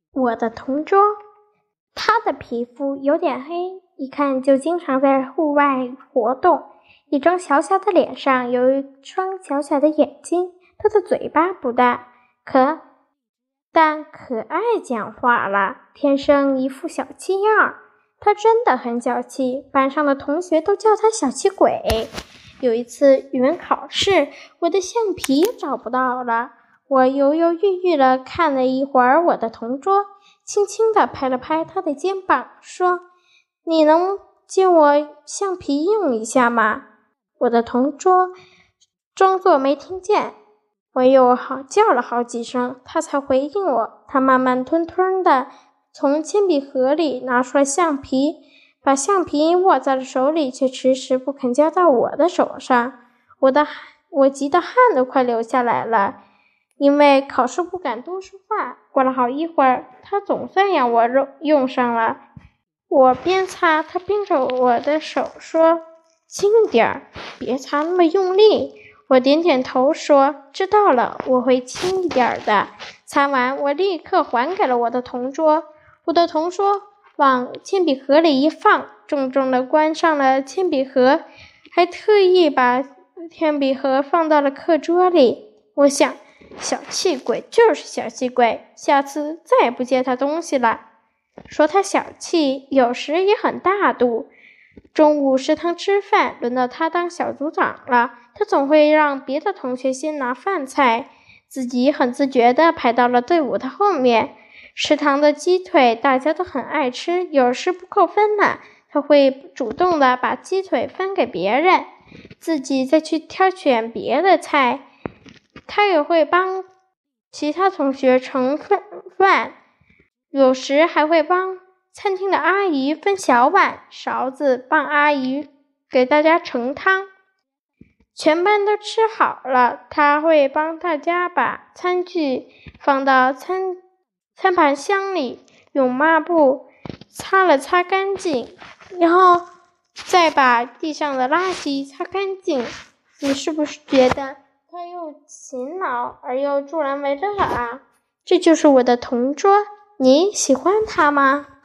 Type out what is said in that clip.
我的同桌，他的皮肤有点黑，一看就经常在户外活动。一张小小的脸上有一双小小的眼睛，他的嘴巴不大，但可爱讲话了，天生一副小气样。他真的很小气，班上的同学都叫他小气鬼。有一次语文考试，我的橡皮找不到了，我犹犹豫豫地看了一会儿我的同桌，轻轻地拍了拍他的肩膀，说：“你能借我橡皮用一下吗？”我的同桌装作没听见，我又叫了好几声，他才回应我。他慢慢吞吞地从铅笔盒里拿出了橡皮，把橡皮握在了手里，却迟迟不肯交到我的手上。我急得汗都快流下来了，因为考试不敢多说话。过了好一会儿，他总算让我用上了。我边擦，他边着我的手说：“轻一点，别擦那么用力。”我点点头说：“知道了，我会轻一点的。”擦完，我立刻还给了我的同桌。我的同桌往铅笔盒里一放，重重地关上了铅笔盒，还特意把铅笔盒放到了课桌里。我想，小气鬼就是小气鬼，下次再也不借他东西了。说他小气，有时也很大度。中午食堂吃饭，轮到他当小组长了，他总会让别的同学先拿饭菜，自己很自觉地排到了队伍的后面。食堂的鸡腿大家都很爱吃，有时不扣分了，他会主动地把鸡腿分给别人，自己再去挑选别的菜。他也会帮其他同学盛饭，有时还会帮餐厅的阿姨分小碗、勺子，帮阿姨给大家盛汤。全班都吃好了，他会帮大家把餐具放到餐盘箱里，用抹布擦干净，然后再把地上的垃圾擦干净。你是不是觉得他又勤劳而又助人为乐啊？这就是我的同桌，你喜欢他吗？